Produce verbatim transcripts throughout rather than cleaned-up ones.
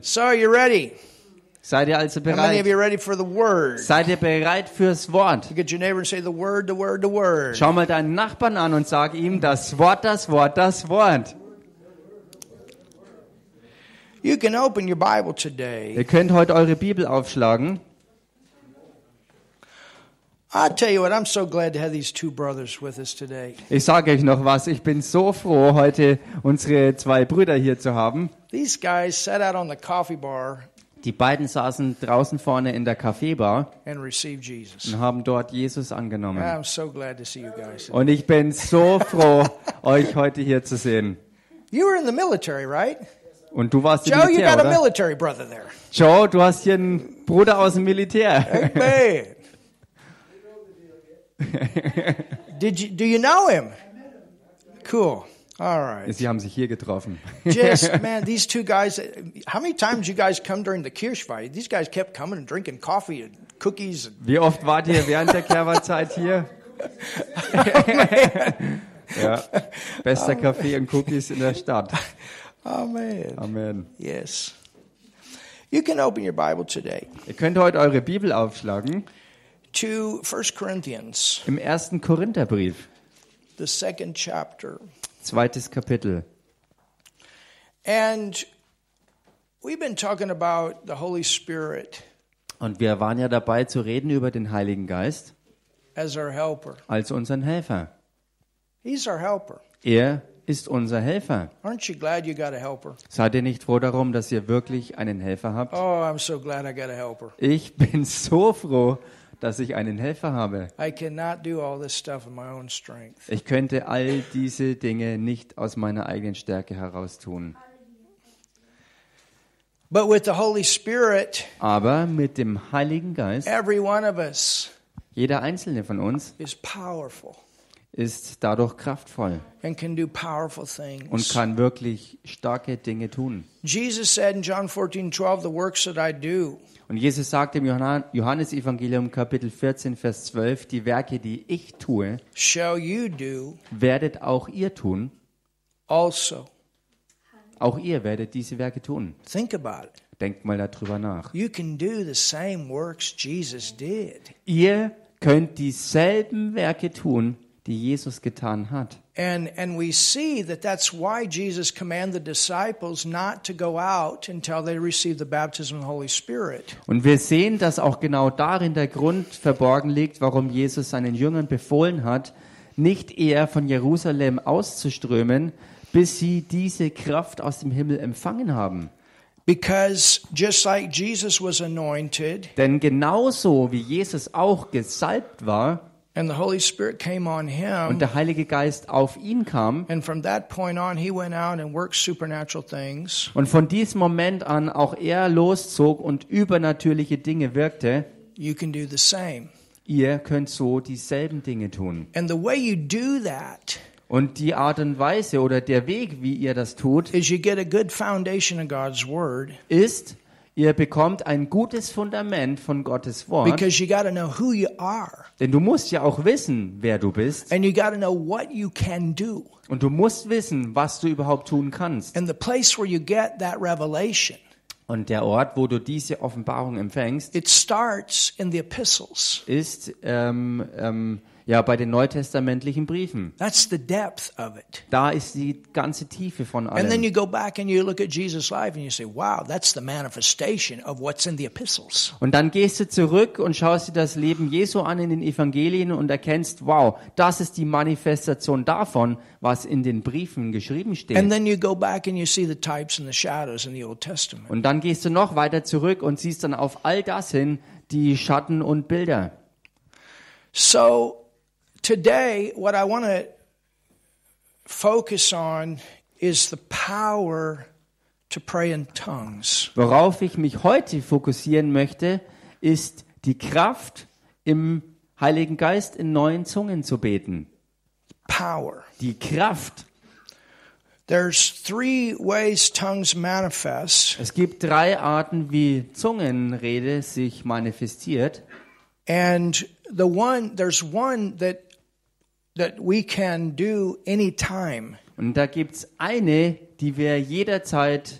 So, are you ready? Seid ihr also How many of you bereit? ready for the word? Seid ihr bereit fürs Wort? Look at your neighbor and say the word, the word, the word. Schau mal deinen Nachbarn an und sag ihm, das Wort, das Wort, das Wort. You can open your Bible today. Ihr könnt heute eure Bibel aufschlagen. I'll tell you what, I'm so glad to have these two brothers with us today. Ich sage euch noch was, ich bin so froh, heute unsere zwei Brüder hier zu haben. These guys sat out on the coffee bar Die beiden saßen draußen vorne in der Kaffeebar and received Jesus. und haben dort Jesus angenommen. I'm so glad to see you guys. Und ich bin so froh, euch heute hier zu sehen. You were in the military, right? Und du warst im Joe, you Militär, got a oder? military brother there. Joe, du hast hier einen Bruder aus dem Militär. Amen. Did you do you know him? Cool. All right. Sie haben sich hier getroffen. Just man, these two guys. How many times you guys come during the Kirchweih? These guys kept coming and drinking coffee and cookies. And, Wie oft wart ihr während der Kerwa-Zeit hier? Ja, bester Kaffee und Cookies in der Stadt. oh man. Amen. Yes. You can open your Bible today Ihr könnt heute eure Bibel aufschlagen to First Corinthians, im ersten Korintherbrief, the second chapter. zweites Kapitel. And we've been talking about the Holy Spirit Und wir waren ja dabei zu reden über den Heiligen Geist as our helper. als unseren Helfer. He's our helper. Er ist unser Helfer. Aren't you glad you got a helper? Seid ihr nicht froh darum, dass ihr wirklich einen Helfer habt? Oh, I'm so glad I got a helper. Ich bin so froh, dass ich einen Helfer habe. I cannot do all this stuff in my own strength. Ich könnte all diese Dinge nicht aus meiner eigenen Stärke heraus tun. But with the Holy Spirit, Aber mit dem Heiligen Geist, every one of us jeder einzelne von uns is powerful ist dadurch kraftvoll and can do powerful und things. kann wirklich starke Dinge tun. Jesus said in John fourteen twelve, the works that I do, Und Jesus sagt im Johann- Johannesevangelium Kapitel vierzehn, Vers zwölf, die Werke, die ich tue, shall you do werdet auch ihr tun. also. Auch ihr werdet diese Werke tun. Think about it. Denkt mal darüber nach. You can do the same works Jesus did. Ihr könnt dieselben Werke tun, die Jesus getan hat. And and we see that that's why Jesus commanded the disciples not to go out until they receive the baptism of the Holy Spirit. Und wir sehen, dass auch genau darin der Grund verborgen liegt, warum Jesus seinen Jüngern befohlen hat, nicht eher von Jerusalem auszuströmen, bis sie diese Kraft aus dem Himmel empfangen haben. Because just like Jesus was anointed Denn genauso wie Jesus auch gesalbt war and the Holy Spirit came on him, und der Heilige Geist auf ihn kam and from that point on he went out and worked supernatural things, und von diesem Moment an auch er loszog und übernatürliche Dinge wirkte, you can do the same. ihr könnt so dieselben Dinge tun. And the way you do that Und die Art und Weise oder der Weg, wie ihr das tut, is you get a good foundation of God's word, ist, ihr bekommt ein gutes Fundament von Gottes Wort. because you got to know who you are, Denn du musst ja auch wissen, wer du bist. and you got to know what you can do. Und du musst wissen, was du überhaupt tun kannst. And the place where you get that revelation, Und der Ort, wo du diese Offenbarung empfängst, it starts in the epistles. ist ähm, ähm, ja bei den neutestamentlichen Briefen. That's the depth of it. Da ist die ganze Tiefe von And then allem. you go back and you look at Jesus' life and you say, wow, that's the manifestation of what's in the epistles. Und dann gehst du zurück und schaust dir das Leben Jesu an in den Evangelien und erkennst, wow, das ist die Manifestation davon, was in den Briefen geschrieben steht. And then you go back and you see the types and the shadows in the Old Testament. Und dann gehst du noch weiter zurück und siehst dann auf all das hin, die Schatten und Bilder. So today, what I want to focus on is the power to pray in tongues. Worauf ich mich heute fokussieren möchte, ist die Kraft, im Heiligen Geist in neuen Zungen zu beten. Power. Die Kraft. There's three ways tongues manifest, Es gibt drei Arten, wie Zungenrede sich manifestiert. and the one there's one that that we can do anytime. Und da gibt's eine, die wir jederzeit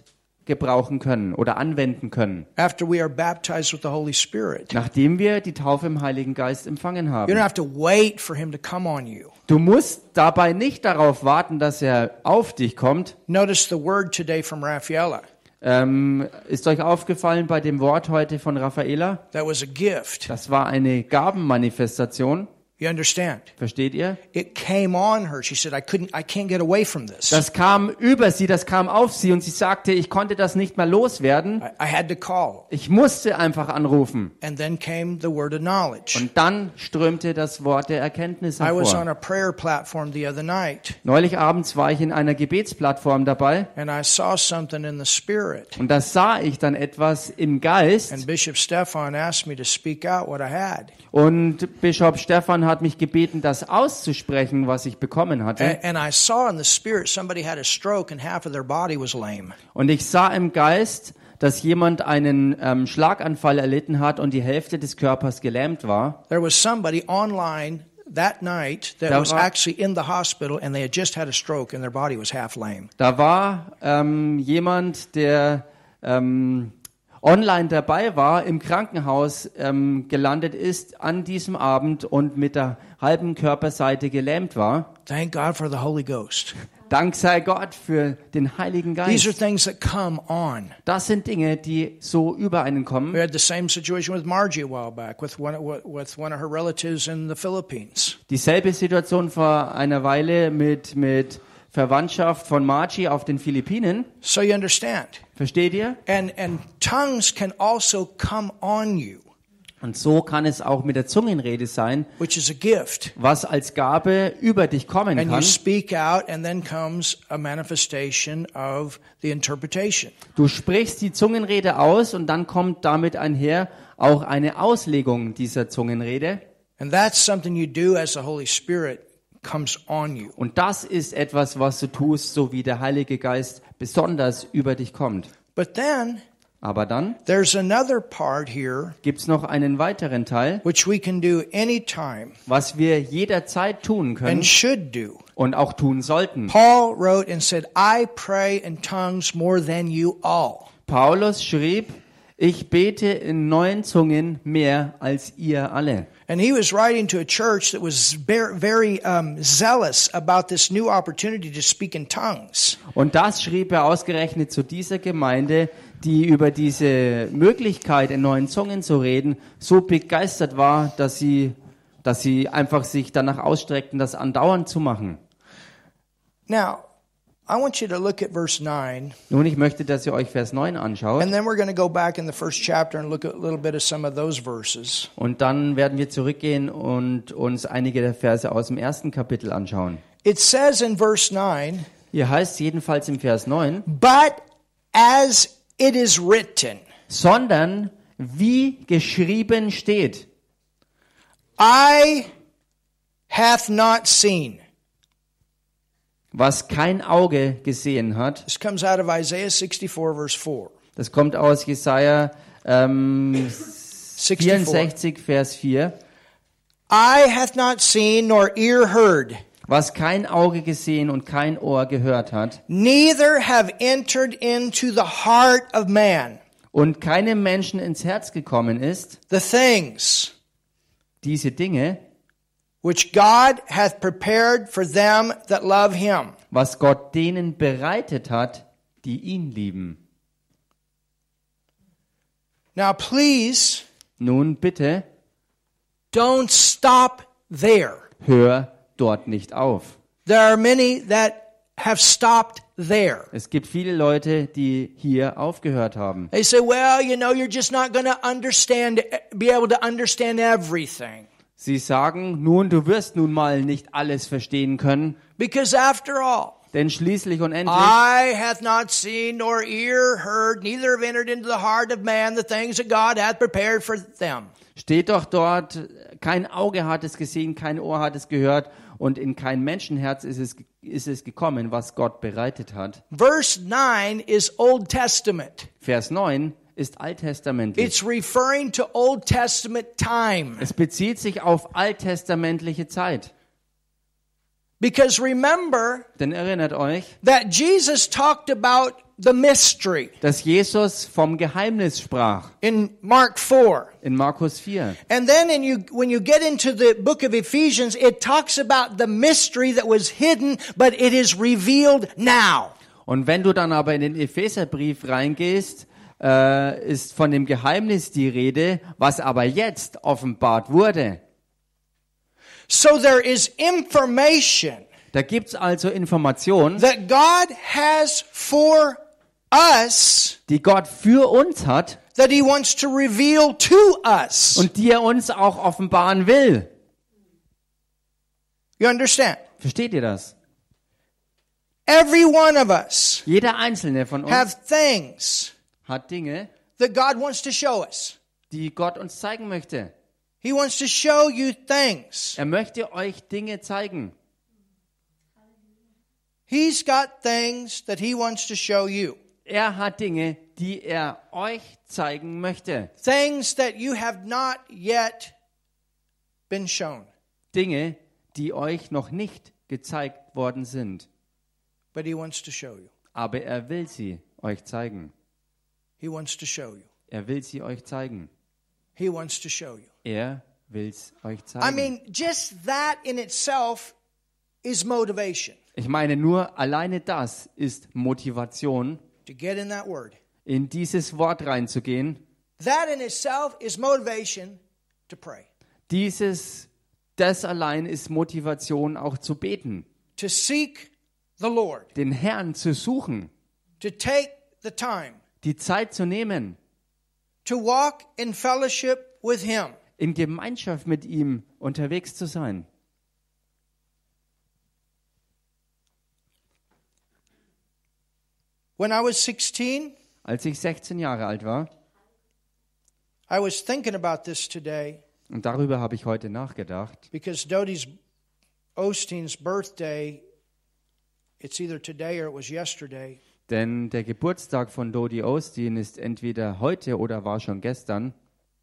gebrauchen können oder anwenden können, after we are baptized with the Holy Spirit. nachdem wir die Taufe im Heiligen Geist empfangen You haben. don't have to wait for him to come on you. Du musst dabei nicht darauf warten, dass er auf dich kommt. Notice the word today from Raffaella. Ähm, ist euch aufgefallen bei dem Wort heute von Raffaella? That was a gift. Das war eine Gabenmanifestation. You understand? Versteht ihr? It came on her. She said, I couldn't, I can't get away from this. Das kam über sie, das kam auf sie und sie sagte, ich konnte das nicht mehr loswerden. I, I had to call. Ich musste einfach anrufen. And then came the word of knowledge. Und dann strömte das Wort der Erkenntnis I was on hervor. a prayer platform the other night, Neulich abends war ich in einer Gebetsplattform dabei and I saw something in the spirit. und da sah ich dann etwas im Geist And Bishop Stefan asked me to speak out what I had. und Bischof Stefan hat mich gebeten, das auszusprechen, was ich bekommen hatte. And, and I saw in the spirit somebody had a stroke and half of their body was lame. Und ich sah im Geist, dass jemand einen ähm, Schlaganfall erlitten hat und die Hälfte des Körpers gelähmt war. There was somebody online that night that Da was war- actually in the hospital and they had just had a stroke and their body was half lame. Da war ähm, jemand, der ähm, online dabei war, im Krankenhaus ähm, gelandet ist an diesem Abend und mit der halben Körperseite gelähmt war. Thank God for the Holy Ghost. Dank sei Gott für den Heiligen These are Geist. things that come on. Das sind Dinge, die so über einen We kommen. had the same situation with Margie a while back with one, with one of her relatives in the Philippines. Dieselbe Situation vor einer Weile mit, mit Verwandtschaft von Margie auf den Philippinen. So you understand. Versteht ihr? And, and tongues can also come on you, Und so kann es auch mit der Zungenrede sein, which is a gift. was als Gabe über dich kommen And you kann. speak out and then comes a manifestation of the interpretation. Du sprichst die Zungenrede aus und dann kommt damit einher auch eine Auslegung dieser Zungenrede. And that's something you do as the Holy Spirit comes on you. Und das ist etwas, was du tust, so wie der Heilige Geist besonders über dich kommt. But then Aber dann there's another part here gibt's noch einen weiteren Teil, which we can do anytime was wir jederzeit tun können and should do. und auch tun sollten. Paul wrote and said, I pray in tongues more than you all. Paulus schrieb, ich bete in neuen Zungen mehr als ihr alle. And he was writing to a church that was very, very um, zealous about this new opportunity to speak in tongues. Und das schrieb er ausgerechnet zu dieser Gemeinde, die über diese Möglichkeit, in neuen Zungen zu reden, so begeistert war, dass sie, dass sie einfach sich danach ausstreckten, das andauernd zu machen. Now, I want you to look at verse nine, Nun, ich möchte, dass ihr euch Vers neun anschaut. and then we're going to go back in the first chapter and look at a little bit of some of those verses. Und dann werden wir zurückgehen und uns einige der Verse aus dem ersten Kapitel anschauen. It says in verse nine, Hier heißt es jedenfalls im Vers neun, but as it is written, sondern wie geschrieben steht, eye hath not seen. was kein Auge gesehen hat. This comes out of Isaiah sixty-four, verse four. Das kommt aus Jesaja ähm, sixty-four. vierundsechzig, Vers vier. Eye hath not seen, nor ear heard, Was kein Auge gesehen und kein Ohr gehört hat neither have entered into the heart of man und keinem Menschen ins Herz gekommen ist, the things diese Dinge, which God hath prepared for them that love him. was Gott denen bereitet hat, die ihn lieben. Now please, Nun bitte, don't stop there. hör dort nicht auf. There are many that have stopped there. Es gibt viele Leute, die hier aufgehört haben. They say, well, you know, you're just not going to understand, be able to understand everything. Sie sagen, nun, du wirst nun mal nicht alles verstehen können, Because after all, denn schließlich und endlich eye hath not seen, nor ear heard, neither have entered into the heart of man the things that God hath prepared for them. steht doch dort, kein Auge hat es gesehen, kein Ohr hat es gehört und in kein Menschenherz ist es, ist es gekommen, was Gott bereitet hat. Verse nine is Old Testament. Vers neun ist alttestamentlich. It's referring to Old Testament time. Es bezieht sich auf alttestamentliche Zeit. Because remember Denn erinnert euch, that Jesus talked about the mystery dass Jesus vom Geheimnis sprach in Mark four. in Markus vier. And then in you, when you get into the book of Ephesians, it talks about the mystery that was hidden, but it is revealed now. Und wenn du dann aber in den Epheserbrief reingehst, äh, ist von dem Geheimnis die Rede, was aber jetzt offenbart wurde. So there is information Da gibt's also Informationen, that God has for us die Gott für uns hat that He wants to reveal to us. und die er uns auch offenbaren will. You understand? Versteht ihr das? Every one of us Jeder einzelne von uns have things hat Dinge, that God wants to show us. die Gott uns zeigen möchte. He wants to show you things. Er möchte euch Dinge zeigen. He's got things that He wants to show you. Er hat Dinge, die er euch zeigen möchte. Things that you have not yet been shown. Dinge, die euch noch nicht gezeigt worden sind. But He wants to show you. Aber er will sie euch zeigen. He wants to show you. Er will sie euch zeigen. He wants to show you. Er will es euch I zeigen. mean, just that in itself is motivation. Ich meine, nur alleine das ist Motivation, To get in that word. in dieses Wort reinzugehen. That in itself is motivation to pray. Dieses, das allein ist Motivation, auch zu beten. To seek the Lord. Den Herrn zu suchen, To take the time. die Zeit zu nehmen, To walk in fellowship with Him. in Gemeinschaft mit ihm unterwegs zu sein. When I was sixteen, Als ich sechzehn Jahre alt war, I was thinking about this today und darüber habe ich heute nachgedacht, because Dodie's Osteen's birthday, it's either today or it was yesterday. denn der Geburtstag von Dodie Osteen ist entweder heute oder war schon gestern.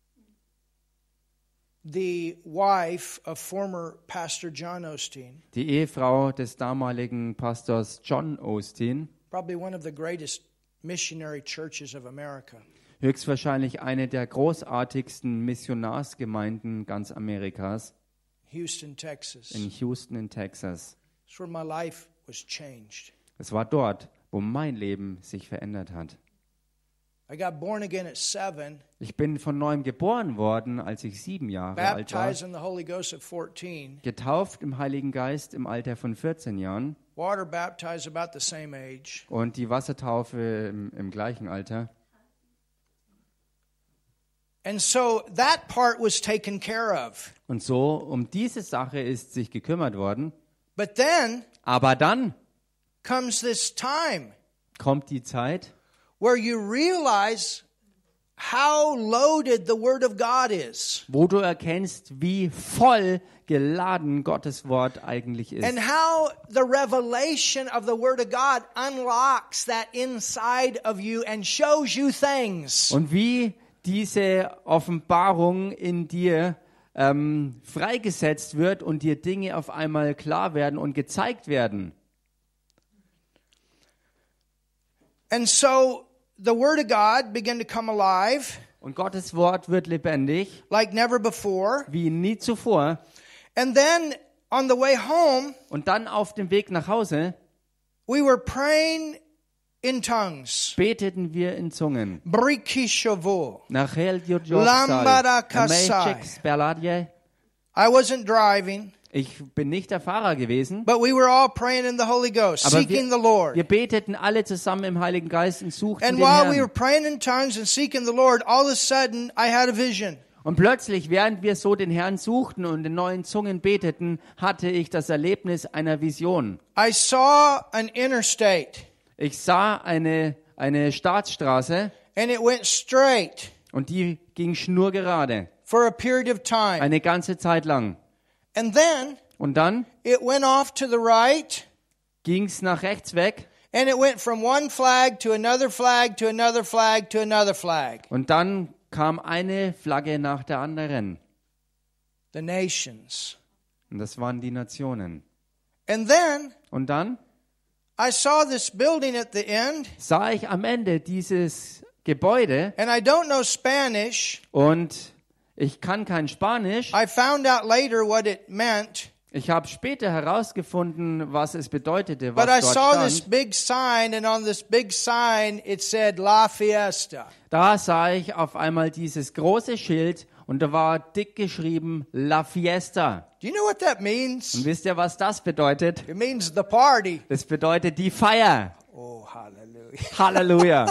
The wife of former Pastor John Osteen, Die Ehefrau des damaligen Pastors John Osteen, probably one of the greatest missionary churches of America. höchstwahrscheinlich eine der großartigsten Missionarsgemeinden ganz Amerikas, Houston, Texas. in Houston in Texas. It's where my life was changed. Es war dort, wo mein Leben sich verändert hat. I got born again at seven, Ich bin von neuem geboren worden, als ich sieben Jahre alt war, baptized in the Holy Ghost at fourteen, getauft im Heiligen Geist im Alter von vierzehn Jahren water baptized about the same age. und die Wassertaufe im, im gleichen Alter. And so that part was taken care of. Und so um diese Sache ist sich gekümmert worden. But then Aber dann comes this time kommt die Zeit, where you realize how loaded the Word of God is. wo du erkennst, wie voll geladen Gottes Wort eigentlich ist. And how the revelation of the Word of God unlocks that inside of you and shows you things. Und wie diese Offenbarung in dir ähm, freigesetzt wird und dir Dinge auf einmal klar werden und gezeigt werden. And so the Word of God began to come alive Und Gottes Wort wird lebendig, like never before. wie nie zuvor. And then on the way home, Und dann auf dem Weg nach Hause we were praying in tongues. beteten wir in Zungen. Brikishovo. Nach Lambarakasai. I wasn't driving, Ich bin nicht der Fahrer gewesen, but we were all praying in the Holy Ghost, aber seeking wir, the Lord. wir beteten alle zusammen im Heiligen Geist und suchten And den while we were Herrn. praying in tongues and seeking the Lord, all of a sudden I had a vision. Und plötzlich, während wir so den Herrn suchten und in neuen Zungen beteten, hatte ich das Erlebnis einer Vision. I saw an interstate, Ich sah eine, eine Staatsstraße and it went straight und die ging schnurgerade, for a period of time. eine ganze Zeit lang. And then Und dann it went off to the right, ging's nach rechts weg and it went from one flag to another flag to another flag to another flag. und dann kam eine Flagge nach der anderen. The nations. Und das waren die Nationen. And then Und dann I saw this building at the end, sah ich am Ende dieses Gebäude and I don't know Spanish. und ich kann kein Spanisch. I found out later what it meant, Ich habe später herausgefunden, was es bedeutete, but I was saw dort this stand. big sign, and on this big sign it said La Fiesta. Da sah ich auf einmal dieses große Schild und da war dick geschrieben La Fiesta. Do you know what that Und means? wisst ihr, was das bedeutet? It means the party. Das bedeutet die Feier. Oh, hallelujah. Halleluja.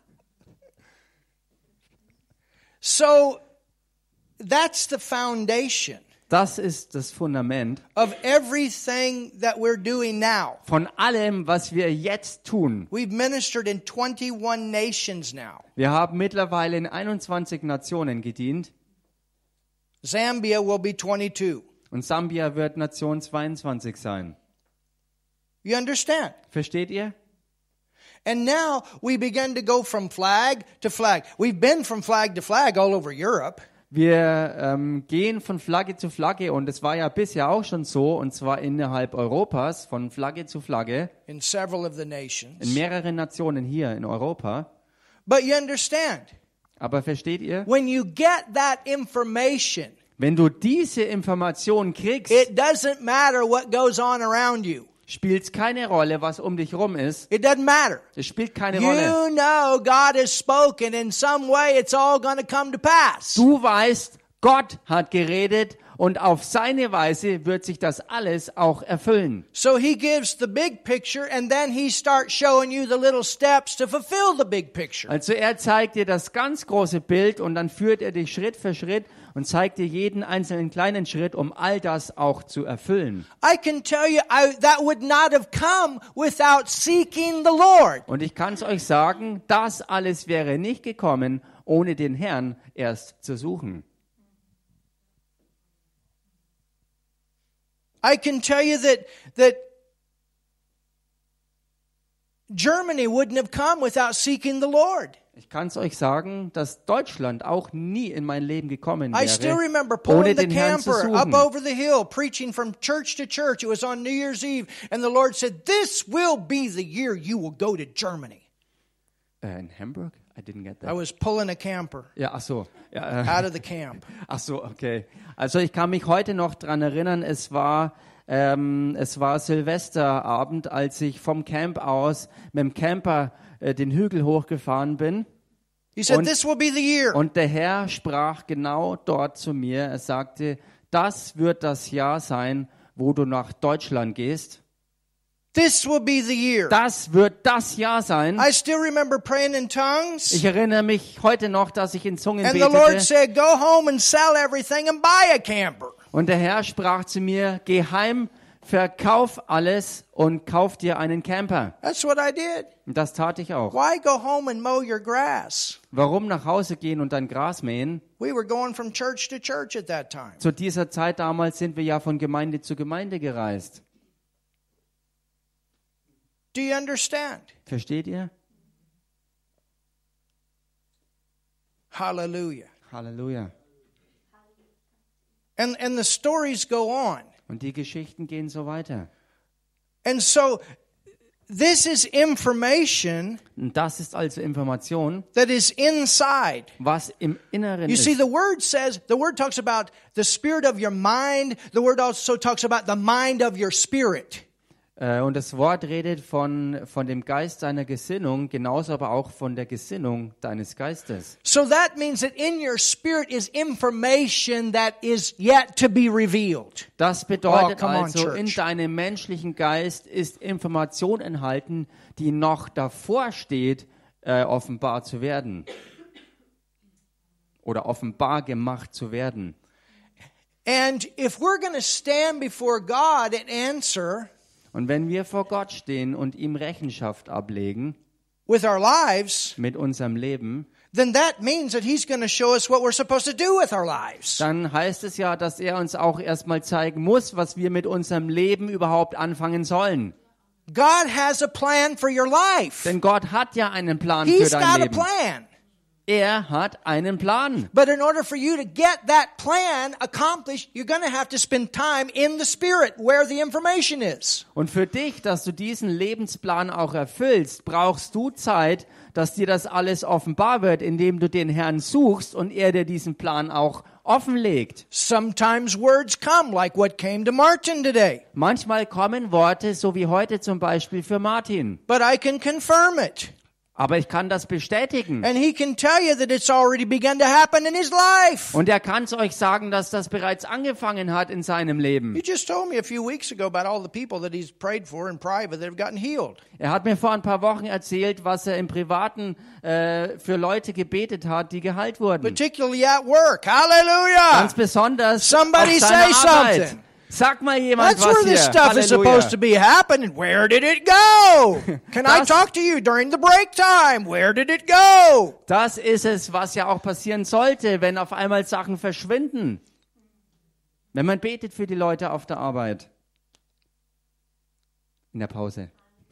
So that's the foundation Das ist das Fundament of everything that we're doing now. von allem, was wir jetzt tun. We've ministered in twenty-one nations now. Wir haben mittlerweile in einundzwanzig Nationen gedient Zambia will be twenty-two. und Sambia wird Nation zweiundzwanzig sein. You understand? Versteht ihr? And now we begin to go from flag to flag. We've been from flag to flag all over Europe. Wir ähm, gehen von Flagge zu Flagge und es war ja bisher auch schon so, und zwar innerhalb Europas, von Flagge zu Flagge, In several of the in nations. mehreren Nationen hier in Europa. But you understand, Aber versteht ihr? when you get that information, Wenn du diese Information kriegst, it doesn't matter what goes on around you. spielt es keine Rolle, was um dich rum ist. It doesn't matter. Es spielt keine Rolle. You know God has spoken. In some way, it's all going to come to pass. Du weißt, Gott hat geredet und auf seine Weise wird sich das alles auch erfüllen. So he gives the big picture, and then he starts showing you the little steps to fulfill the big picture. Also er zeigt dir das ganz große Bild und dann führt er dich Schritt für Schritt und zeigt dir jeden einzelnen kleinen Schritt, um all das auch zu erfüllen. I can tell you I, that would not have come without seeking the Lord. Und ich kann es euch sagen, das alles wäre nicht gekommen, ohne den Herrn erst zu suchen. I can tell you that that Germany wouldn't have come without seeking the Lord. Ich kann es euch sagen, dass Deutschland auch nie in mein Leben gekommen I still wäre, remember ohne pulling the den Herrn zu camper up suchen. over the hill, preaching from church to church. It was on New Year's Eve, and the Lord said, "This will be the year you will go to Germany." Äh, in Hamburg? I didn't get I that. was pulling a camper Ja, ach so. Ja, äh, out of the camp. ach so, okay. Also ich kann mich heute noch dran erinnern, es war, ähm, es war Silvesterabend, als ich vom Camp aus mit dem Camper äh, den Hügel hochgefahren bin. He said, Und- "This will be the year." Und der Herr sprach genau dort zu mir. Er sagte, das wird das Jahr sein, wo du nach Deutschland gehst. This will be the year. Das wird das Jahr sein. I still remember praying in tongues. Ich erinnere mich heute noch, dass ich in Zungen And the Lord betete. said, "Go home and sell everything and buy a camper." Und der Herr sprach zu mir, geh heim, verkauf alles und kauf dir einen Camper. That's what I did. Und das tat ich auch. Why go home and mow your grass? Warum nach Hause gehen und dann Gras mähen? We were going from church to church at that time. Zu dieser Zeit damals sind wir ja von Gemeinde zu Gemeinde gereist. Do you understand? Versteht ihr? Hallelujah. Halleluja. And and the stories go on. Und die Geschichten gehen so weiter. And so this is information Und das ist also Information, that is inside. was im Inneren You see, ist. the word says, the word talks about the spirit of your mind. The word also talks about the mind of your spirit. Äh, Und das Wort redet von, von dem Geist deiner Gesinnung, genauso aber auch von der Gesinnung deines Geistes. So that means that in your spirit is information that is yet to be revealed. Das bedeutet Oh, come on, also, in Church. deinem menschlichen Geist ist Information enthalten, die noch davor steht, äh, offenbar zu werden. Oder offenbar gemacht zu werden. And if we're going to stand before God and answer Und wenn wir vor Gott stehen und ihm Rechenschaft ablegen with our lives, mit unserem Leben, then that means that He's going to show us what we're supposed to do with our lives. dann heißt es ja, dass er uns auch erstmal zeigen muss, was wir mit unserem Leben überhaupt anfangen sollen. God has a plan for your life. Denn Gott hat ja einen Plan für He's dein got a Leben. plan. Er hat einen Plan. But in order for you to get that plan accomplished, you're going to have to spend time in the Spirit where the information is. Und für dich, dass du diesen Lebensplan auch erfüllst, brauchst du Zeit, dass dir das alles offenbar wird, indem du den Herrn suchst und er dir diesen Plan auch offenlegt. Sometimes words come, like what came to Martin today. Manchmal kommen Worte, so wie heute zum Beispiel für Martin. But I can confirm it. Aber ich kann das bestätigen. And he can tell you that it's already begun to happen in his life. Und er kann es euch sagen, dass das bereits angefangen hat in seinem Leben. He just told me a few weeks ago about all the people that he's prayed for in private that have gotten healed. Er hat mir vor ein paar Wochen erzählt, was er im Privaten äh, für Leute gebetet hat, die geheilt wurden. Particularly at work. Hallelujah. Ganz besonders Somebody auf seiner say Arbeit. something. Sag mal jemand That's was where this hier. stuff is supposed to be happening. Where did it go? Can I Das- talk to you during the break time? Where did it go? Das ist es, was ja auch passieren sollte, wenn auf einmal Sachen verschwinden. Wenn man betet für die Leute auf der Arbeit. In der Pause.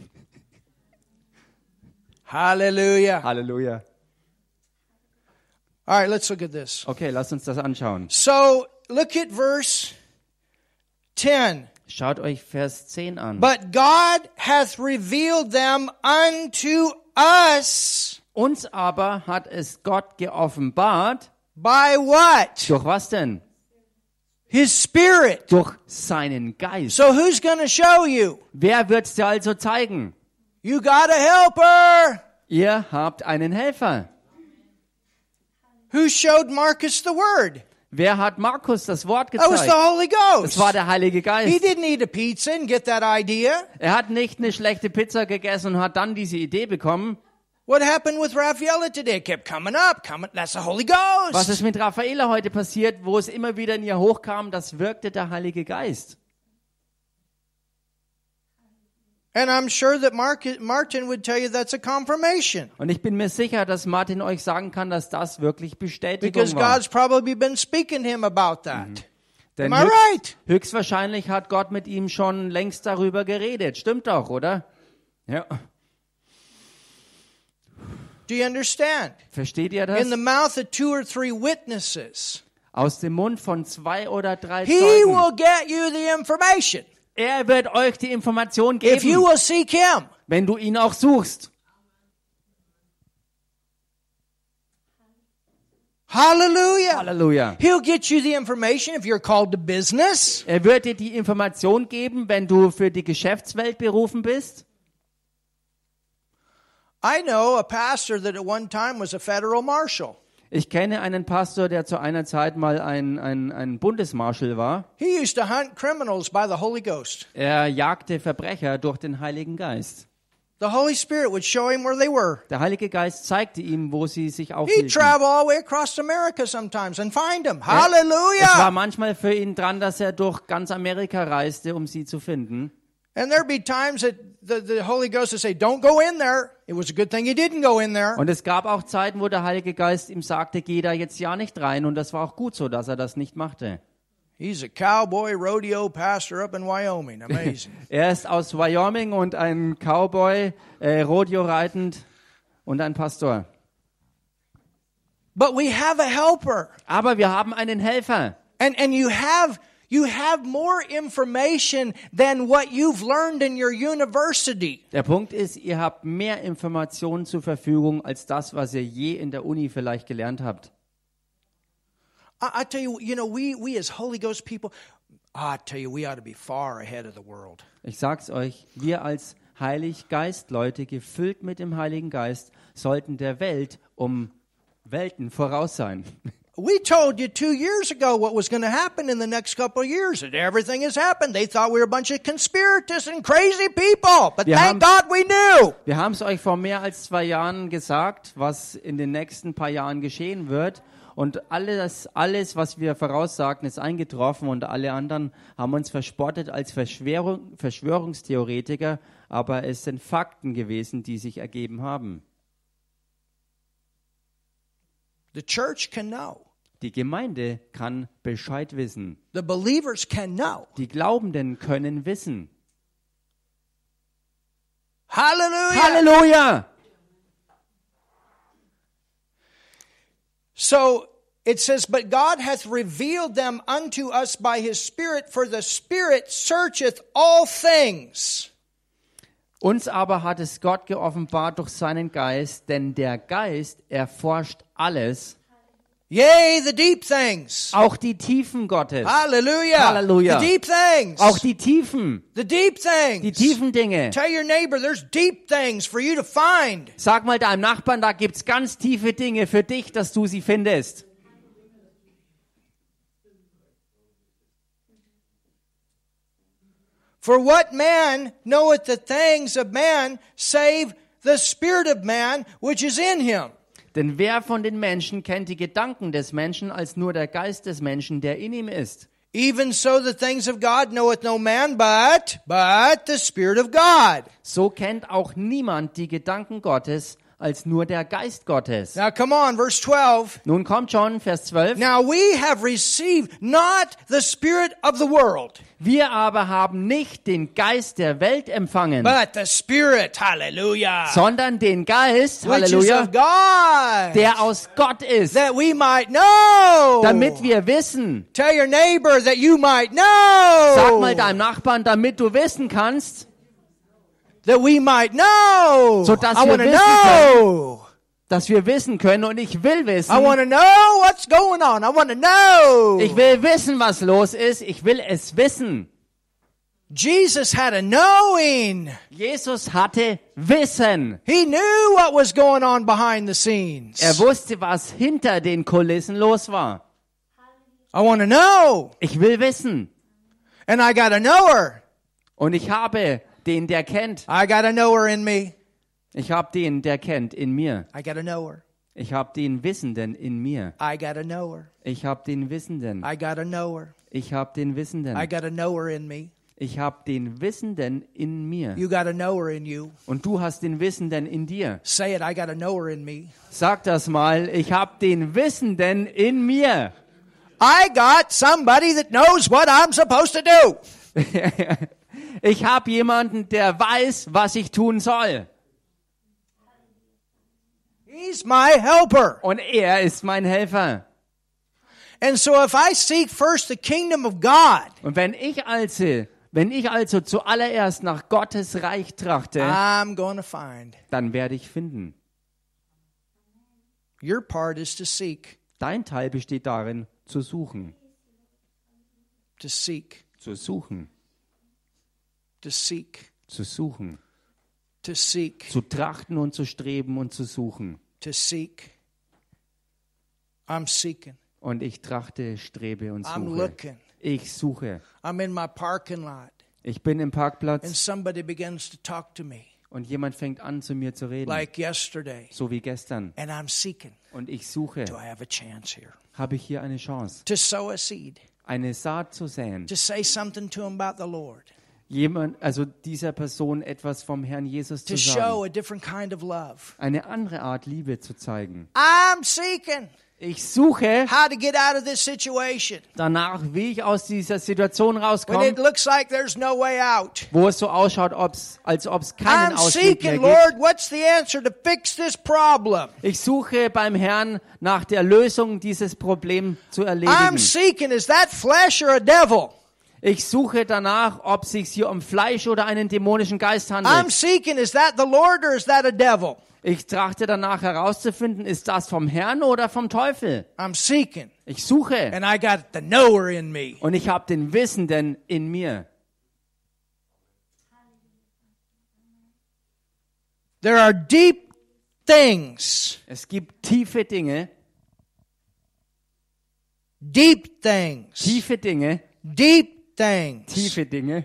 Hallelujah. Halleluja. All right, let's look at this. Okay, lasst uns das anschauen. So, look at verse ten. Schaut euch Vers zehn an. But God hath revealed them unto us Uns aber hat es Gott geoffenbart. by what? Durch was denn? His Spirit. Durch seinen Geist. So who's going to show you? Wer wird's dir also zeigen? You got a helper. Ihr habt einen Helfer. Who showed Marcus the word? Wer hat Markus das Wort That was the gezeigt? Holy Ghost. Es war der Heilige He Geist. didn't eat a pizza and get that idea. Er hat nicht eine schlechte Pizza gegessen und hat dann diese Idee bekommen. What happened with Raphaela today? It kept coming up, coming. That's the Holy Was Ghost. ist mit Raffaela heute passiert, wo es immer wieder in ihr hochkam? Das wirkte der Heilige Geist. And I'm sure that Mark, Martin would tell you that's a confirmation. Und ich bin mir sicher, dass Martin euch sagen kann, dass das wirklich Bestätigung Because war. God's probably been speaking to him about that. Denn Am I höchst, right? höchstwahrscheinlich hat Gott mit ihm schon längst darüber geredet. Stimmt doch, oder? Ja. Do you understand? Versteht ihr das? In the mouth of two or three witnesses, Aus dem Mund von zwei oder drei he Zeugen. will get you the information. Er wird euch die Information If you geben, will seek him. wenn du ihn auch suchst. Hallelujah. Halleluja. He'll get you the information if you're called to business. Er wird dir die Information geben, wenn du für die Geschäftswelt berufen bist. I know a pastor that at one time was a federal marshal. Ich kenne einen Pastor, der zu einer Zeit mal ein, ein, ein Bundesmarschall war. He used to hunt criminals by the Holy Ghost. Er jagte Verbrecher durch den Heiligen Geist. The Holy Spirit would show him where they were. Der Heilige Geist zeigte ihm, wo sie sich He'd aufhielten. travel all the way across America sometimes and find them. Es war Hallelujah. manchmal für ihn dran, dass er durch ganz Amerika reiste, um sie zu finden. And there'd be times that the, the Holy Ghost would say, don't go in there. It was a good thing you didn't go in there. Und es gab auch Zeiten, wo der Heilige Geist ihm sagte, geh da jetzt ja nicht rein. Und das war auch gut so, dass er das nicht machte. He's a cowboy rodeo pastor up in Wyoming. Amazing. Er ist aus Wyoming und ein Cowboy, äh, Rodeo reitend und ein Pastor. But we have a helper. Aber wir haben einen Helfer. And, and you have... You have more information than what you've learned in your university. Der Punkt ist, ihr habt mehr Informationen zur Verfügung als das, was ihr je in der Uni vielleicht gelernt habt. I, I tell you, you know, we, we as Holy Ghost people, I tell you, we ought to be far ahead of the world. Ich sag's euch, wir als Heiliggeist-Leute, gefüllt mit dem Heiligen Geist, sollten der Welt um Welten voraus sein. We told you two years ago what was going to happen in the next couple of years, and everything has happened. They thought we were a bunch of conspirators and crazy people, but Wir thank haben- God we knew. Wir haben es euch vor mehr als zwei Jahren gesagt, was in den nächsten paar Jahren geschehen wird. Und alles, alles, was wir voraussagten, ist eingetroffen und alle anderen haben uns verspottet als Verschwörung, Verschwörungstheoretiker, aber es sind Fakten gewesen, die sich ergeben haben. The church can know. Die Gemeinde kann Bescheid wissen. The believers can know. Die Glaubenden können wissen. Hallelujah. Halleluja! So it says, but God hath revealed them unto us by his Spirit, for the Spirit searcheth all things. Uns aber hat es Gott geoffenbart durch seinen Geist, denn der Geist erforscht alles, Yea, the deep things. auch die Tiefen Gottes. Hallelujah. Halleluja. The deep things. Auch die Tiefen, The deep things. die tiefen Dinge. Tell your neighbor there's deep things for you to find. Sag mal deinem Nachbarn, da gibt's ganz tiefe Dinge für dich, dass du sie findest. For what man knoweth the things of man, save the spirit of man which is in him? Denn wer von den Menschen kennt die Gedanken des Menschen als nur der Geist des Menschen, der in ihm ist? Even so the things of God knoweth no man, but, but the Spirit of God. So kennt auch niemand die Gedanken Gottes als nur der Geist Gottes. Now come on, verse twelve. Nun kommt schon, Vers zwölf. Now we have received not the spirit of the world, Wir aber haben nicht den Geist der Welt empfangen, but the Spirit, hallelujah, sondern den Geist, which is Halleluja, of God, der aus Gott ist, that we might know. damit wir wissen. Tell your neighbor that you might know. Sag mal deinem Nachbarn, damit du wissen kannst, That we might know. Sodass I wir want to wissen know. dass wir wissen können, und ich will wissen. I want to know what's going on. I want to know. Ich will wissen, was los ist. Ich will es wissen. Jesus had a knowing. Jesus hatte Wissen. He knew what was going on behind the scenes. Er wusste, was hinter den Kulissen los war. I want to know. Ich will wissen. And I got a knower. Und ich habe den, der kennt. I got a knower in me. Ich habe den, der kennt, in mir. I got a knower. Ich habe den Wissenden in mir. I got a knower. Ich habe den Wissenden. I got a knower. Ich habe den Wissenden. I got a knower in me. Ich habe den Wissenden in mir. You got a knower in you. Und du hast den Wissenden in dir. Say it, I got a knower in me. Sag das mal. Ich habe den Wissenden in mir. I got somebody that knows what I'm supposed to do. Ich habe jemanden, der weiß, was ich tun soll. He's my helper. Und er ist mein Helfer. And so if I seek first the kingdom of God, Und wenn ich also, wenn ich also zuallererst nach Gottes Reich trachte, I'm going to find. dann werde ich finden. Your part is to seek, Dein Teil besteht darin, zu suchen. to seek, Zu suchen. to seek, Zu suchen. to seek, Zu trachten und zu streben und zu suchen. to seek. I'm seeking. Und ich trachte, strebe und I'm suche. looking. Ich suche. I'm in my parking lot, Ich bin im and Parkplatz somebody begins to talk to me und jemand fängt an, zu mir zu reden. like yesterday, So wie gestern. and I'm seeking. Und ich suche. Do I have a chance here Habe ich hier eine Chance, to sow a seed, eine Saat zu säen. to say something to him about the Lord, Jemand, also dieser Person etwas vom Herrn Jesus zu to show sagen. a different kind of love? Eine andere Art Liebe zu zeigen. I'm seeking Ich suche how to get out of this situation danach, wie ich aus dieser Situation when rauskomme, it looks like there's no way out. wo es so ausschaut, ob's, als ob es keinen I'm Ausweg mehr seeking, gibt. Lord, what's the answer to fix this problem? Ich suche beim Herrn nach der Lösung, dieses Problem zu I'm erledigen. seeking, is that flesh or a devil? Ich suche danach, ob es sich hier um Fleisch oder einen dämonischen Geist I'm handelt. seeking, is that the Lord or is that a devil? Ich trachte danach herauszufinden, ist das vom Herrn oder vom Teufel? I'm seeking, Ich suche and I got the knower in me. und ich habe den Wissenden in mir. There are deep things, Es gibt tiefe Dinge, deep things, tiefe Dinge, deep things. tiefe Dinge.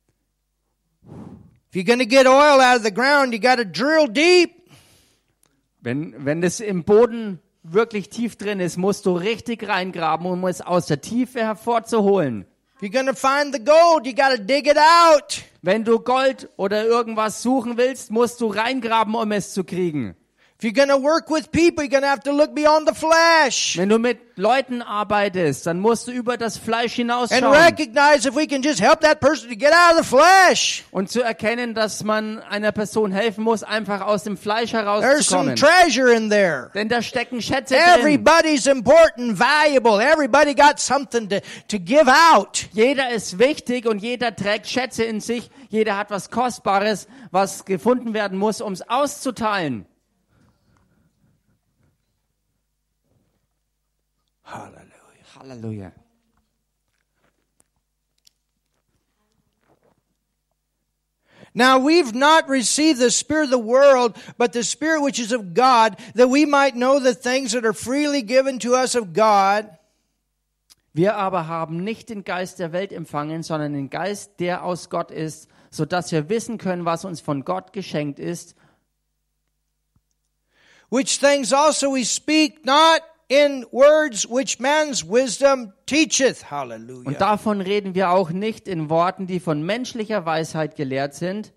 If you're going to get oil out of the ground, you got to drill deep. Wenn, wenn das im Boden wirklich tief drin ist, musst du richtig reingraben, um es aus der Tiefe hervorzuholen. If you're going to find the gold, you got to dig it out. Wenn du Gold oder irgendwas suchen willst, musst du reingraben, um es zu kriegen. If If you're going to work with people, you're going to have to look beyond the flesh. Wenn du mit Leuten arbeitest, dann musst du über das Fleisch And hinausschauen. recognize if we can just help that person to get out of the flesh. Und zu erkennen, dass man einer Person helfen muss, einfach aus dem Fleisch There's some herauszukommen. treasure in there. Denn da stecken Schätze drin. Everybody's important, valuable. Everybody got something to, to give out. Jeder ist wichtig und jeder trägt Schätze in sich. Jeder hat was Kostbares, was gefunden werden muss, um es auszuteilen. Hallelujah. Halleluja. Now we've not received the spirit of the world, but the Spirit which is of God, that we might know the things that are freely given to us of God. Wir aber haben nicht den Geist der Welt empfangen, sondern den Geist, der aus Gott ist, sodass wir wissen können, was uns von Gott geschenkt ist. Which things also we speak not in words which man's wisdom teacheth. Hallelujah. Und davon reden wir auch nicht in Worten, die von menschlicher Weisheit gelehrt sind,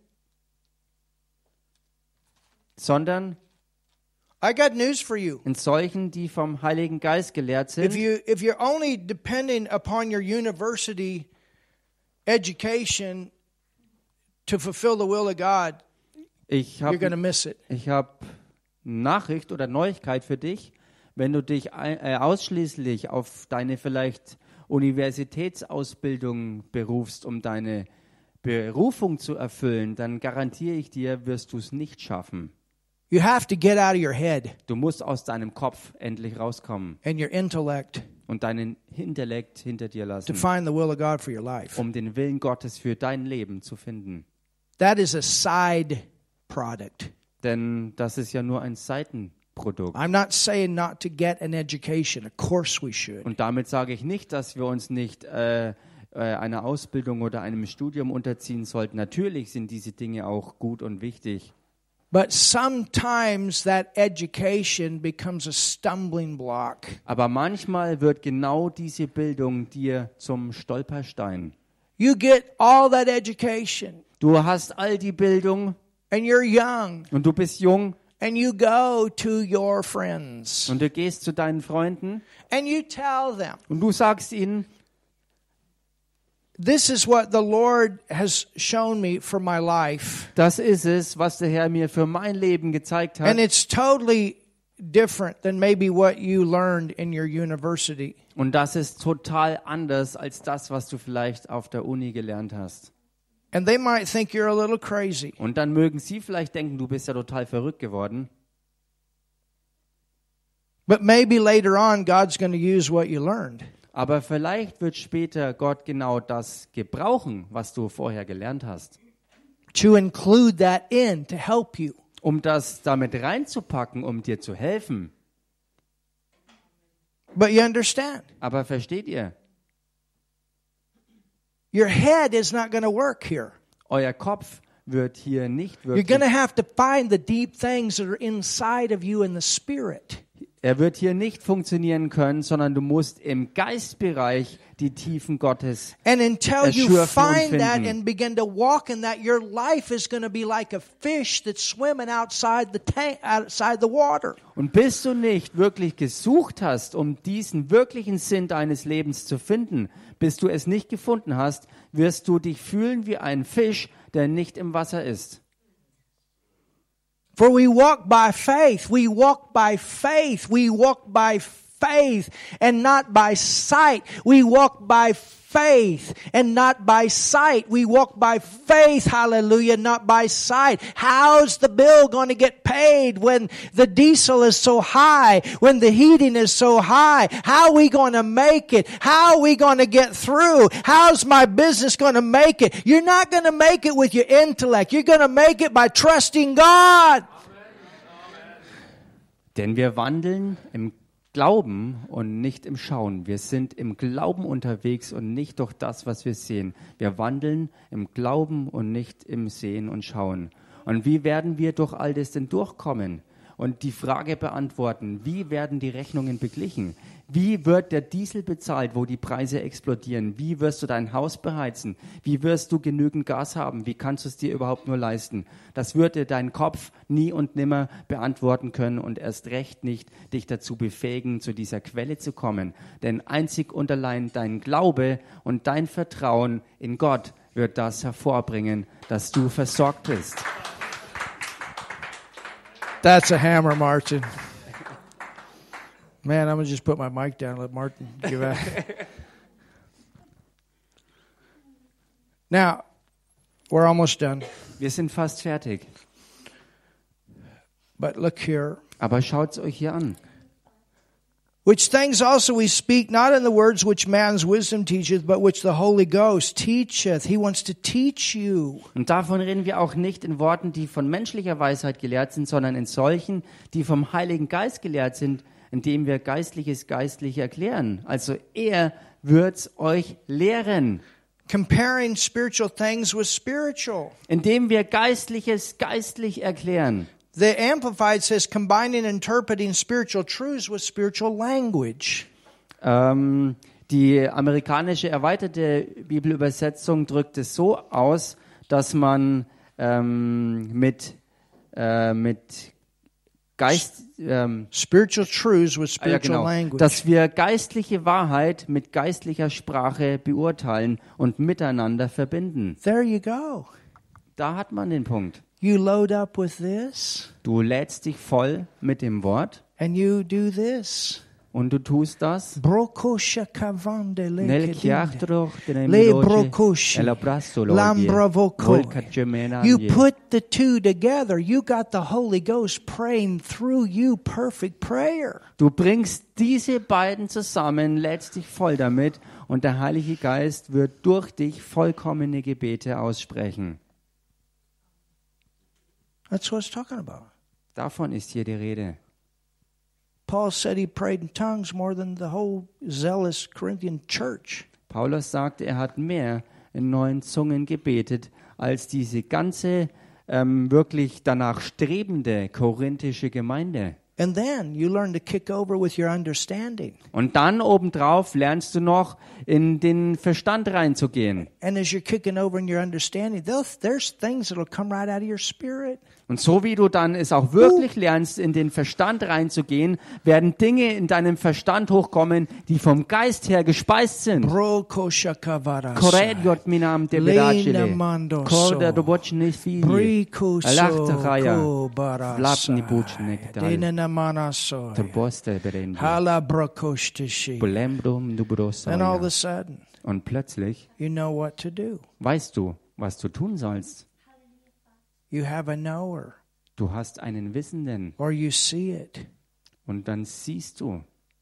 sondern I got news for you. in solchen, die vom Heiligen Geist gelehrt If sind. you if you're only depending upon your university education to fulfill the will of God, Ich you're going to habe miss it. ich hab Nachricht oder Neuigkeit für dich. Wenn du dich ein- äh, ausschließlich auf deine vielleicht Universitätsausbildung berufst, um deine Berufung zu erfüllen, dann garantiere ich dir, wirst du es nicht schaffen. You have to get out of your head Du musst aus deinem Kopf endlich rauskommen and your intellect und deinen Intellekt hinter dir to lassen, find the will of God for your life. um den Willen Gottes für dein Leben zu finden. That is a side product. Denn das ist ja nur ein Seitenprodukt. I'm not saying not to get an education. Of course we should. Und damit sage ich nicht, dass wir uns nicht äh, äh, einer Ausbildung oder einem Studium unterziehen sollten. Natürlich sind diese Dinge auch gut und wichtig. But sometimes that education becomes a stumbling block. Aber manchmal wird genau diese Bildung dir zum Stolperstein. You get all that education Du hast all die Bildung and you're young und du bist jung and you go to your friends und du gehst zu deinen Freunden and you tell them, und du sagst ihnen, this is what the Lord has shown me for my life. das ist es, was der Herr mir für mein Leben gezeigt hat. And it's totally different than maybe what you learned in your university. Und das ist total anders als das, was du vielleicht auf der Uni gelernt hast. And they might think you're a little crazy. Und dann mögen sie vielleicht denken, du bist ja total verrückt geworden. But maybe later on God's going to use what you learned. Aber vielleicht wird später Gott genau das gebrauchen, was du vorher gelernt hast, to include that in to help you. um das damit reinzupacken, um dir zu helfen. But you understand, Aber versteht ihr, your head is not going to work here. euer Kopf wird hier nicht You're wirklich, going to have to find the deep things that are inside of you in the spirit. er wird hier nicht funktionieren können, sondern du musst im Geistbereich die Tiefen Gottes. And until you Erschürfen und find that finden. and begin to walk in that, your life is going to be like a fish that's swimming outside the tank, outside the water. Und bis du nicht wirklich gesucht hast, um diesen wirklichen Sinn deines Lebens zu finden, bis du es nicht gefunden hast, wirst du dich fühlen wie ein Fisch, der nicht im Wasser ist. For we walk by faith, we walk by faith, we walk by faith and not by sight. We walk by faith and not by sight. We walk by faith, hallelujah, not by sight. How's the bill going to get paid when the diesel is so high, when the heating is so high? How are we going to make it? How are we going to get through? How's my business going to make it? You're not going to make it with your intellect. You're going to make it by trusting God. Denn wir wandeln im Glauben und nicht im Schauen. Wir sind im Glauben unterwegs und nicht durch das, was wir sehen. Wir wandeln im Glauben und nicht im Sehen und Schauen. Und wie werden wir durch all das denn durchkommen? und die Frage beantworten, wie werden die Rechnungen beglichen? Wie wird der Diesel bezahlt, wo die Preise explodieren? Wie wirst du dein Haus beheizen? Wie wirst du genügend Gas haben? Wie kannst du es dir überhaupt nur leisten? Das würde dein Kopf nie und nimmer beantworten können und erst recht nicht dich dazu befähigen, zu dieser Quelle zu kommen. Denn einzig und allein dein Glaube und dein Vertrauen in Gott wird das hervorbringen, dass du versorgt bist. That's a hammer, Martin. Man, I'm going to just put my mic down and let Martin give out. Now, we're almost done. Wir sind fast fertig. But look here. Aber schaut's euch hier an. Which things also we speak, not in the words which man's wisdom teacheth, but which the Holy Ghost teacheth. He wants to teach you. Und davon reden wir auch nicht in Worten, die von menschlicher Weisheit gelehrt sind, sondern in solchen, die vom Heiligen Geist gelehrt sind, indem wir Geistliches geistlich erklären. Also er wird's euch lehren. Comparing spiritual things with spiritual. Indem wir Geistliches geistlich erklären. The Amplified says combining and interpreting spiritual truths with spiritual language. Ähm, die amerikanische erweiterte Bibelübersetzung drückt es so aus, dass man ähm, mit, äh, mit Geist, ähm, spiritual truths with spiritual ja, genau, language. dass wir geistliche Wahrheit mit geistlicher Sprache beurteilen und miteinander verbinden. There you go. Da hat man den Punkt. You load up with this Du lädst dich voll mit dem Wort and you do this. und du tust das. Brokosha kavande Nel le chiastro delle Le veloce brocoshi, e l'abbraccio loglie, Lambravoko. volca gemenaglie. You put the two together. You got the Holy Ghost praying through you perfect prayer. Du bringst diese beiden zusammen, lädst dich voll damit und der Heilige Geist wird durch dich vollkommene Gebete aussprechen. That's what it's talking about. Davon ist hier die Rede. Paul said he prayed in tongues more than the whole zealous Corinthian church. Paulus sagte, er hat mehr in neuen Zungen gebetet, als diese ganze ähm, wirklich danach strebende korinthische Gemeinde. And then you learn to kick over with your understanding. Und dann obendrauf lernst du noch, in den Verstand reinzugehen. And as you're kicking over in your understanding, there's, there's things that'll come right out of your spirit. Und so wie du dann es auch wirklich lernst, in den Verstand reinzugehen, werden Dinge in deinem Verstand hochkommen, die vom Geist her gespeist sind. Korediot minam de bedacile, korda do bochne fili, alachtaraya, vlapni buchnek dal, terboste berendi, bulembrum And all of a dubrosa. sudden, Und plötzlich you know what to do. weißt du, was du tun sollst. You have a knower, Du hast einen Wissenden or you see it. und dann siehst du.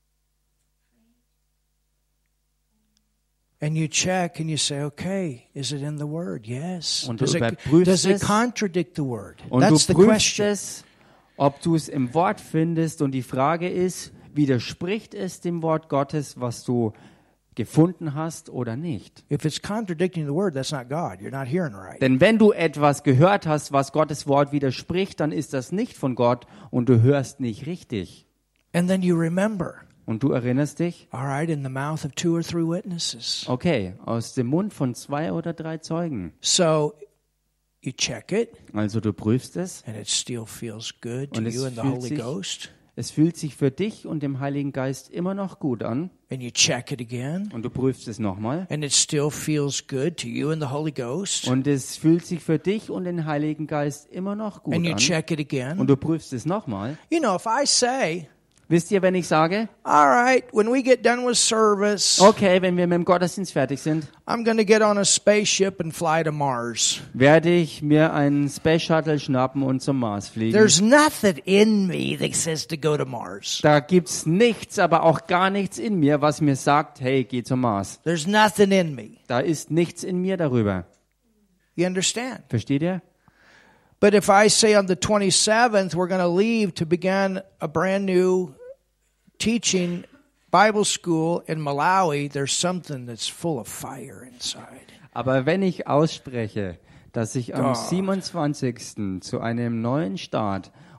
And you check and you say, okay, is it in the Word? Yes. Und du Does it, überprüfst does it es. contradict the Word? Und That's du the prüfst question. es, ob du es im Wort findest. Und die Frage ist, widerspricht es dem Wort Gottes, was du gefunden hast oder nicht? If it's contradicting the Word, that's not God. You're not hearing right. Denn wenn du etwas gehört hast, was Gottes Wort widerspricht, dann ist das nicht von Gott und du hörst nicht richtig. And then you remember, Und du erinnerst dich, all right, in the mouth of two or three witnesses. okay, aus dem Mund von zwei oder drei Zeugen. So you check it, Also du prüfst es. and it still feels good to Und es you and the fühlt Holy sich- Ghost. Es fühlt sich für dich und dem Heiligen Geist immer noch gut an. And you check it again, Und du prüfst es nochmal. and it still feels good to you and the Holy Ghost. Und es fühlt sich für dich und den Heiligen Geist immer noch gut And you an. check it Und again. du prüfst es nochmal. You know, if I say, Wisst ihr, wenn ich sage, all right, when we get done with service, okay, wenn wir mit dem Gottesdienst fertig sind, I'm going to get on a spaceship and fly to Mars. werde ich mir einen Space Shuttle schnappen und zum Mars fliegen. There's nothing in me that says to go to Mars. Da gibt's nichts, aber auch gar nichts in mir, was mir sagt, hey, geh zum Mars. There's nothing in me. Da ist nichts in mir darüber. You understand? Versteht ihr? But if I say on the twenty-seventh, we're going to leave to begin a brand new teaching Bible school in Malawi, there's something that's full of fire inside. Aber wenn ich ausspreche, dass ich am God. siebenundzwanzigsten zu einem neuen Start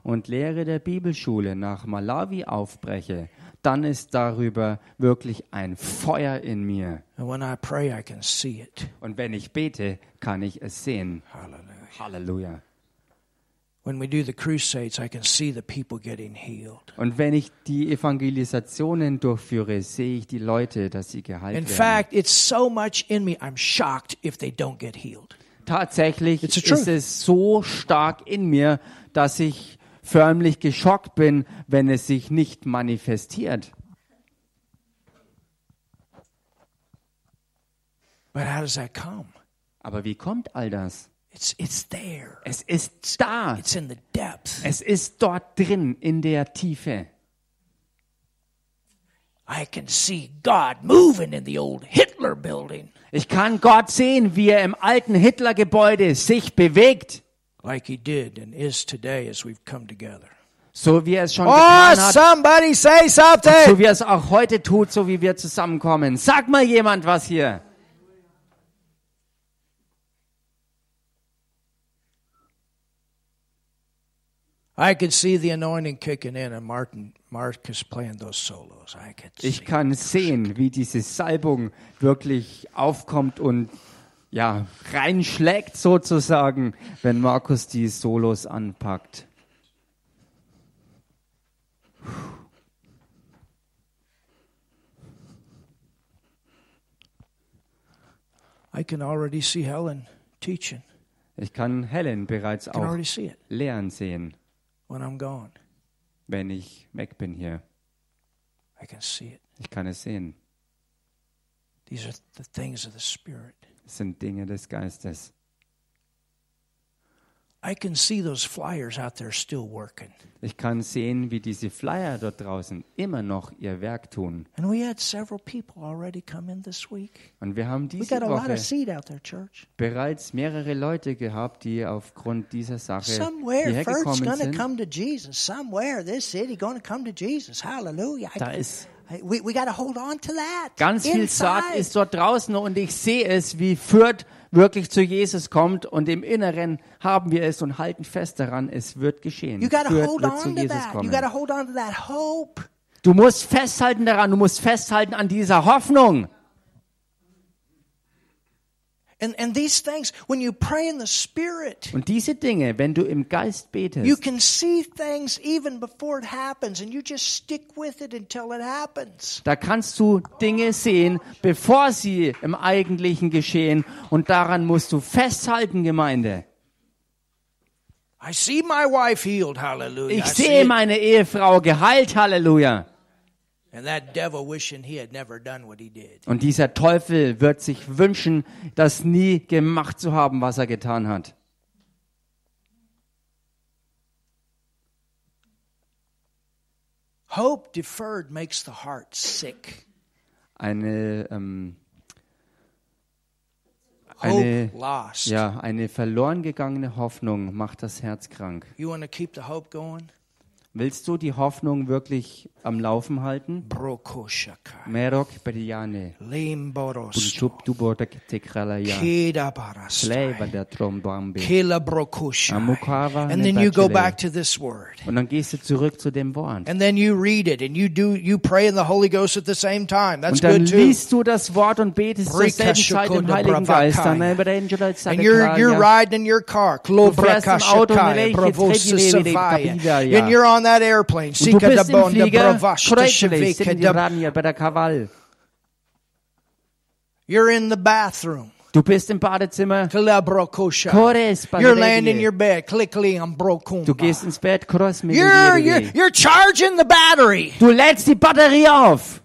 und Lehre der Bibelschule nach Malawi aufbreche, dann ist darüber wirklich ein Feuer in mir. And when I pray, I can see it. Und wenn ich bete, kann ich es sehen. Hallelujah. Halleluja. When we do the crusades, I can see the people getting healed. Und wenn ich die Evangelisationen durchführe, sehe ich die Leute, dass sie geheilt In werden. fact, it's so much in me, I'm shocked if they don't get healed. Tatsächlich It's the truth. ist es so stark in mir, dass ich förmlich geschockt bin, wenn es sich nicht manifestiert. But how does that come? Aber wie kommt all das? It's it's there. Es ist da. It's in the depth. Es ist dort drin, in der Tiefe. I can see God moving in the old Hitler building Ich kann Gott sehen, wie er im alten Hitlergebäude sich bewegt, like he did and is today as we've come together. so wie er es schon Oh, getan hat, somebody say so something. wie er es auch heute tut, so wie wir zusammenkommen. Sag mal jemand was hier. I could see the anointing kicking in and Martin Marcus playing those solos. I could see. Ich kann sehen, wie diese Salbung wirklich aufkommt und ja, reinschlägt sozusagen, wenn Markus die Solos anpackt. I can already see Helen teaching. Ich kann Helen bereits I can auch already see it lehren sehen, when I'm gone. wenn ich weg bin hier. I can see it. Ich kann es sehen. These are the things of the Spirit. Es sind Dinge des Geistes. I can see those flyers out there still working. Ich kann sehen, wie diese Flyer dort draußen immer noch ihr Werk tun. And we had several people already come in this week. Und wir haben We diese got a lot Woche of seed out there, church. bereits mehrere Leute gehabt, die aufgrund dieser Sache Somewhere hierher first gekommen going to sind. come to Jesus. Somewhere this city going to come to Jesus. Hallelujah. I- Da ist I- we we got to hold on to that. ganz viel Saat Inside. ist dort draußen und ich sehe es, wie Fürth wirklich zu Jesus kommt und im Inneren haben wir es und halten fest daran, es wird geschehen. You got to Fürth hold wird zu on to Jesus that. You kommen. got to hold on to that hope. Du musst festhalten daran, du musst festhalten an dieser Hoffnung. And and these things, when you pray in the Spirit, Und diese Dinge, wenn du im Geist you betest, can see things even before it happens, and you just stick with it until it happens. da kannst du Dinge sehen, bevor sie im Eigentlichen geschehen und daran musst du festhalten, Gemeinde. I see my wife healed, hallelujah. Ich I see sehe it. meine Ehefrau geheilt, Halleluja. And that devil wishing he had never done what he did. Und dieser Teufel wird sich wünschen, das nie gemacht zu haben, was er getan hat. Hope deferred makes the heart sick. Eine, ähm, eine, Hope lost. ja, eine verloren gegangene Hoffnung macht das Herz krank. You want to keep the hope going? Willst du die Hoffnung wirklich am Laufen halten? Brokoshaka. Merok Beriane. Limboros. Bunchup Dubodak Tekralaya. Kida baras. Sleva der Trombambe. Kila brokosha. Amukava And then you go Nebachele. back to this word. Und dann gehst du zurück zu dem Wort. And then you read it and you do you pray in the Holy Ghost at the same time. That's Und dann good too. liest du das Wort und betest zur selben Zeit im Heiligen Geist. And you're you're riding in your car. Klobrakashakaya, Bravosasavaya. And you're on that airplane. Und du Sika bist im dabonda Flieger, bravashta Kreuzlich, shavika sind die dab- Rania bei der Kaval. You're in the bathroom. Du bist im Badezimmer, Kalabrokosha. Kores You're laying in Badregile. your bed. Klickli am brokumba. Du gehst ins Bett, Kross mit You're, you're, dir. you're charging the battery. Du lädst die Batterie auf.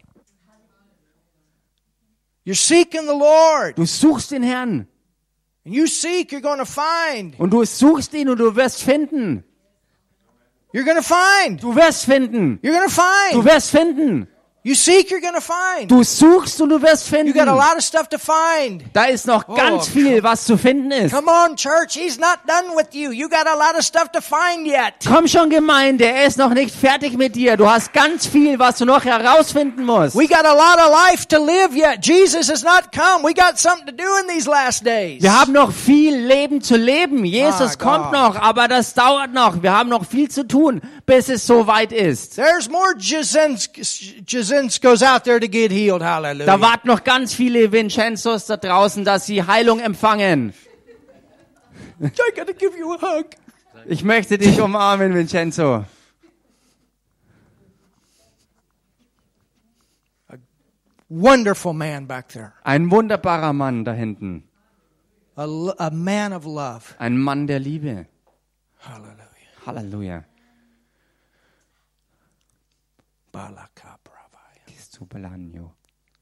You're seeking the Lord. Du suchst den Herrn. And you seek, you're going to find. Und du suchst ihn und du wirst finden. You're going to find. Du wirst finden. You're going to Du find. wirst finden. You seek, you're going to find. Du suchst und du wirst You finden. got a lot of stuff to find. Da ist noch ganz viel, was zu finden ist. Come on, church. He's not done with you. You got a lot of stuff to find yet. Komm schon, Gemeinde, er ist noch nicht fertig mit dir. Du hast ganz viel, was du noch herausfinden musst. We got a lot of life to live yet. Jesus has not come. We got something to do in these last days. Wir haben noch viel Leben zu leben. Jesus My kommt God. noch, aber das dauert noch. Wir haben noch viel zu tun, bis es soweit ist. There's more Jazinskos out there to get healed. Da Hallelujah. warten noch ganz viele Vincenzos da draußen, dass sie Heilung empfangen. I gotta give you a hug. Ich möchte dich umarmen, Vincenzo. Wonderful man back there. Ein wunderbarer Mann da hinten. A, lo- a man of love. Ein Mann der Liebe. Hallelujah. Halleluja. Balakabravaya. Kistu Balanyo.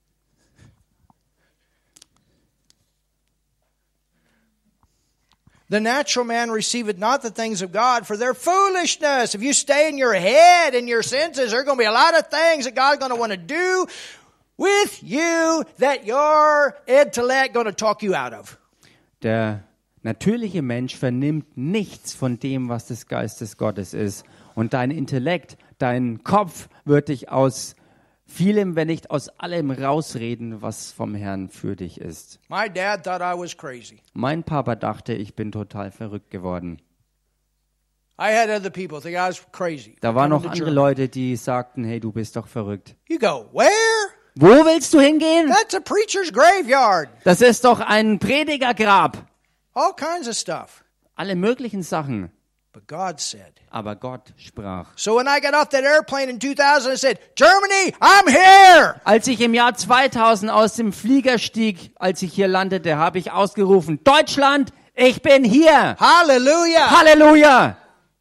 The natural man receiveth not the things of God for their foolishness. If you stay in your head and your senses, there are going to be a lot of things that God's going to want to do with you that your intellect going to talk you out of. Der natürliche Mensch vernimmt nichts von dem, was des Geistes Gottes ist. Und dein Intellekt, dein Kopf wird dich aus vielem, wenn nicht aus allem rausreden, was vom Herrn für dich ist. My dad thought I was crazy. Mein Papa dachte, ich bin total verrückt geworden. I had other people think I was crazy. Da waren noch Coming to andere Germany. Leute, die sagten, hey, du bist doch verrückt. You go, where? Wo willst du hingehen? That's a preacher's graveyard. Das ist doch ein Predigergrab. All kinds of stuff. Alle möglichen Sachen. But God said. Aber Gott sprach. So when I got off that airplane in two thousand, I said, Germany, I'm here. Als ich im Jahr zweitausend aus dem Flieger stieg, als ich hier landete, habe ich ausgerufen, Deutschland, ich bin hier. Hallelujah. Halleluja.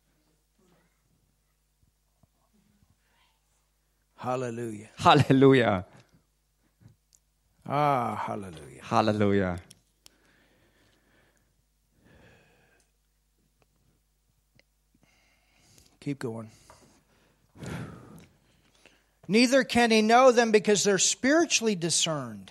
Hallelujah. Halleluja. Ah, hallelujah. Halleluja. Keep going. Neither can he know them because they're spiritually discerned.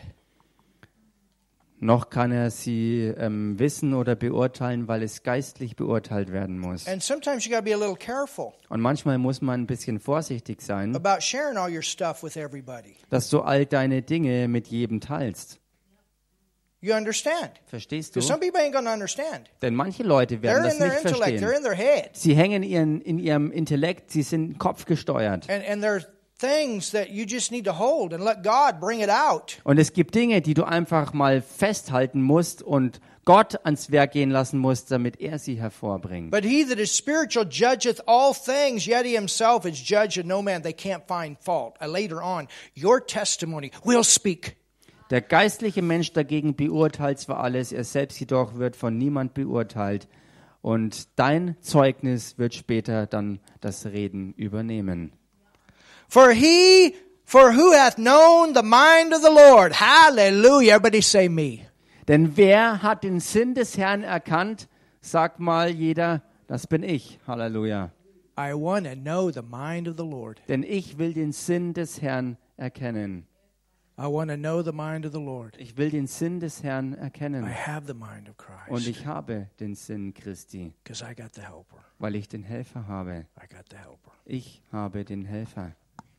Noch kann er sie ähm, wissen oder beurteilen, weil es geistlich beurteilt werden muss. And sometimes you got to be a little careful Und manchmal muss man ein bisschen vorsichtig sein, about sharing all your stuff with everybody. dass du all deine Dinge mit jedem teilst. You understand? Verstehst du? Because some people ain't going to understand. Denn manche Leute werden They're das in their nicht intellect. They're verstehen. in their head. Sie hängen ihren, in ihrem Intellekt, sie sind kopfgesteuert. And, and there are things that you just need to hold and let God bring it out. Und es gibt Dinge, die du einfach mal festhalten musst und Gott ans Werk gehen lassen musst, damit er sie hervorbringt. But he that is spiritual judgeth all things, yet he himself is judged of no man. They can't find fault. Uh, later on, your testimony will speak. Der geistliche Mensch dagegen beurteilt zwar alles, er selbst jedoch wird von niemand beurteilt. Und dein Zeugnis wird später dann das Reden übernehmen. For he, for who hath known the mind of the Lord? Hallelujah. Everybody say me. Denn wer hat den Sinn des Herrn erkannt? Sag mal jeder, das bin ich. Halleluja. I want to know the mind of the Lord. Denn ich will den Sinn des Herrn erkennen. I want to know the mind of the Lord. Ich will den Sinn des Herrn I erkennen. have the mind of Christ. Und ich habe den Sinn Christi, Because I got the helper. weil ich den Helfer habe. I got the helper. Ich habe den Helfer.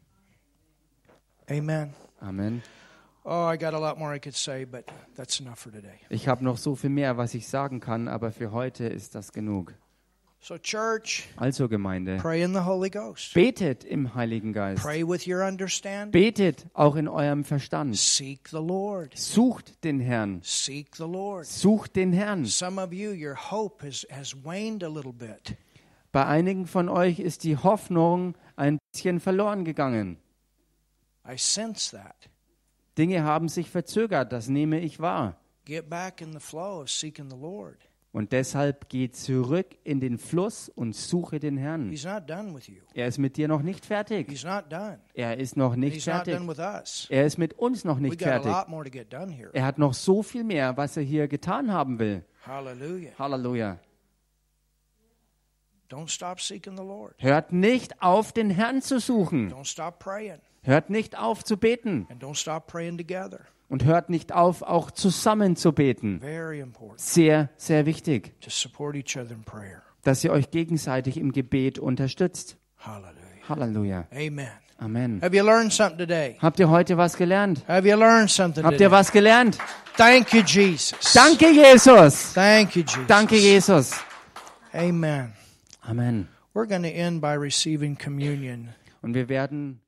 Amen. Amen. Oh, I got a lot more I could say, but that's enough for today. Ich habe noch so viel mehr, was ich sagen kann, aber für heute ist das genug. So, church, Also Gemeinde, pray in the Holy Ghost. betet im Heiligen Geist. Pray with your understanding. Betet auch in eurem Verstand. Seek the Lord. Sucht den Herrn. Seek the Lord. Sucht den Herrn. Some of you, your hope has, has waned a little bit. Bei einigen von euch ist die Hoffnung ein bisschen verloren gegangen. I sense that. Dinge haben sich verzögert, das nehme ich wahr. Get back in the flow of seeking the Lord. Und deshalb geh zurück in den Fluss und suche den Herrn. He's not done with you. Er ist mit dir noch nicht fertig. He's not done. Er ist noch nicht He's not fertig. done with us. Er ist mit uns noch We nicht got a fertig. lot more to get done here. Er hat noch so viel mehr, was er hier getan haben will. Hallelujah. Halleluja. Don't stop seeking the Lord. Hört nicht auf, den Herrn zu suchen. Don't stop praying. Hört nicht auf zu beten. And don't stop praying together. Und hört nicht auf, auch zusammen zu beten. Very important Sehr, sehr wichtig, to support each other in prayer. dass ihr euch gegenseitig im Gebet unterstützt. Hallelujah. Halleluja. Amen. Amen. Have you learned something today? Habt ihr heute was gelernt? Have you learned something Habt ihr today? was gelernt? Thank you, Jesus. Danke, Jesus. Thank you, Jesus. Danke, Jesus. Amen. Amen. We're going to end by receiving communion. Und wir werden